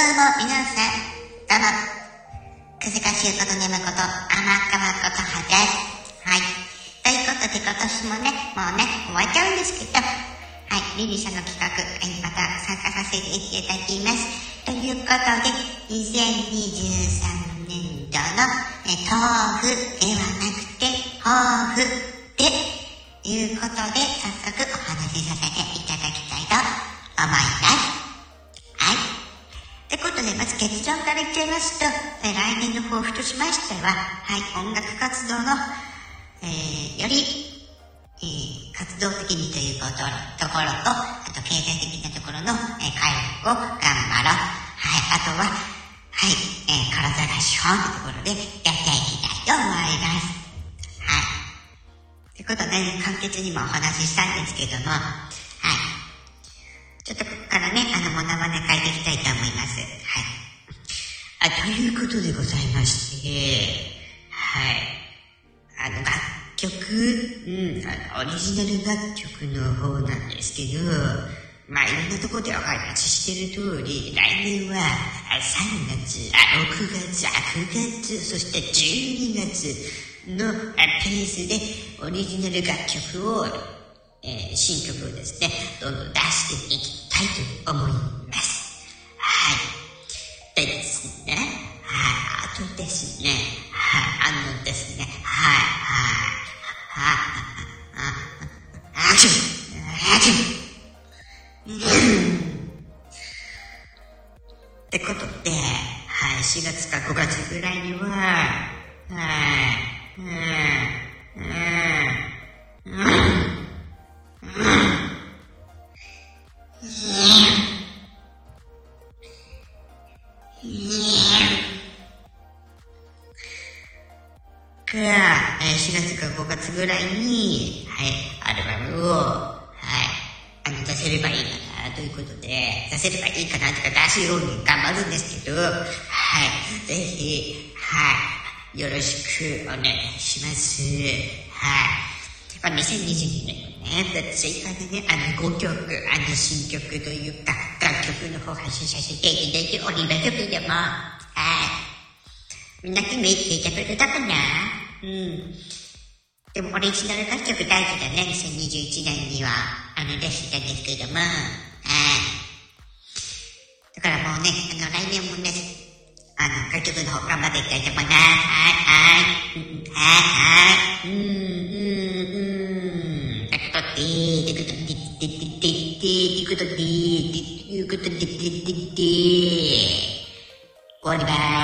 皆さん、どうも、くずかしゅうことねむこと、天川ことはです。はい。ということで今年もね、もうね、終わっちゃうんですけど、はい、リリさんの企画、また参加させていただきます。ということで、2023年度の、豆腐ではなくて、抱負で、いうことで、早速お話しさせていただきたいと思います。はい。ってことで、まず結論から言っちゃいますと、来年の抱負としましては、はい、音楽活動の、より、活動的にというところと、あと経済的なところの、回復を頑張ろう。はい、あとは、はい、体が資本というところでやっていきたいと思います。はい。ってことで、簡潔にもお話ししたんですけども、はい。ちょっとここからね、モノマネ変えていきたいと思います。はい。ということでございまして、はい。楽曲、オリジナル楽曲の方なんですけど、まあ、いろんなところでお話ししてる通り、来年は3月、6月、9月、そして12月のペースでオリジナル楽曲を、新曲をですね、どんどん出していきたいと思います。はい。でですね、はい、あとですね、はい、ですね、はい、ってことで、はい、4月か5月ぐらいには、4月か5月ぐらいに、はい、アルバムを、はい、出せればいいかなということで、出せればいいかなとか出すように頑張るんですけど、はい、ぜひ、はい、よろしくお願いします。はい。2022年ね、追加でね、5曲、新曲というか、楽曲の方発信させていただいておりますけども、はい。みんな決めていただけたかな？でもオリジナル楽曲大事だね、2021年には、出したんですけども、だからもうね、来年もね、楽曲の方頑張っていきたいと思います。終わります。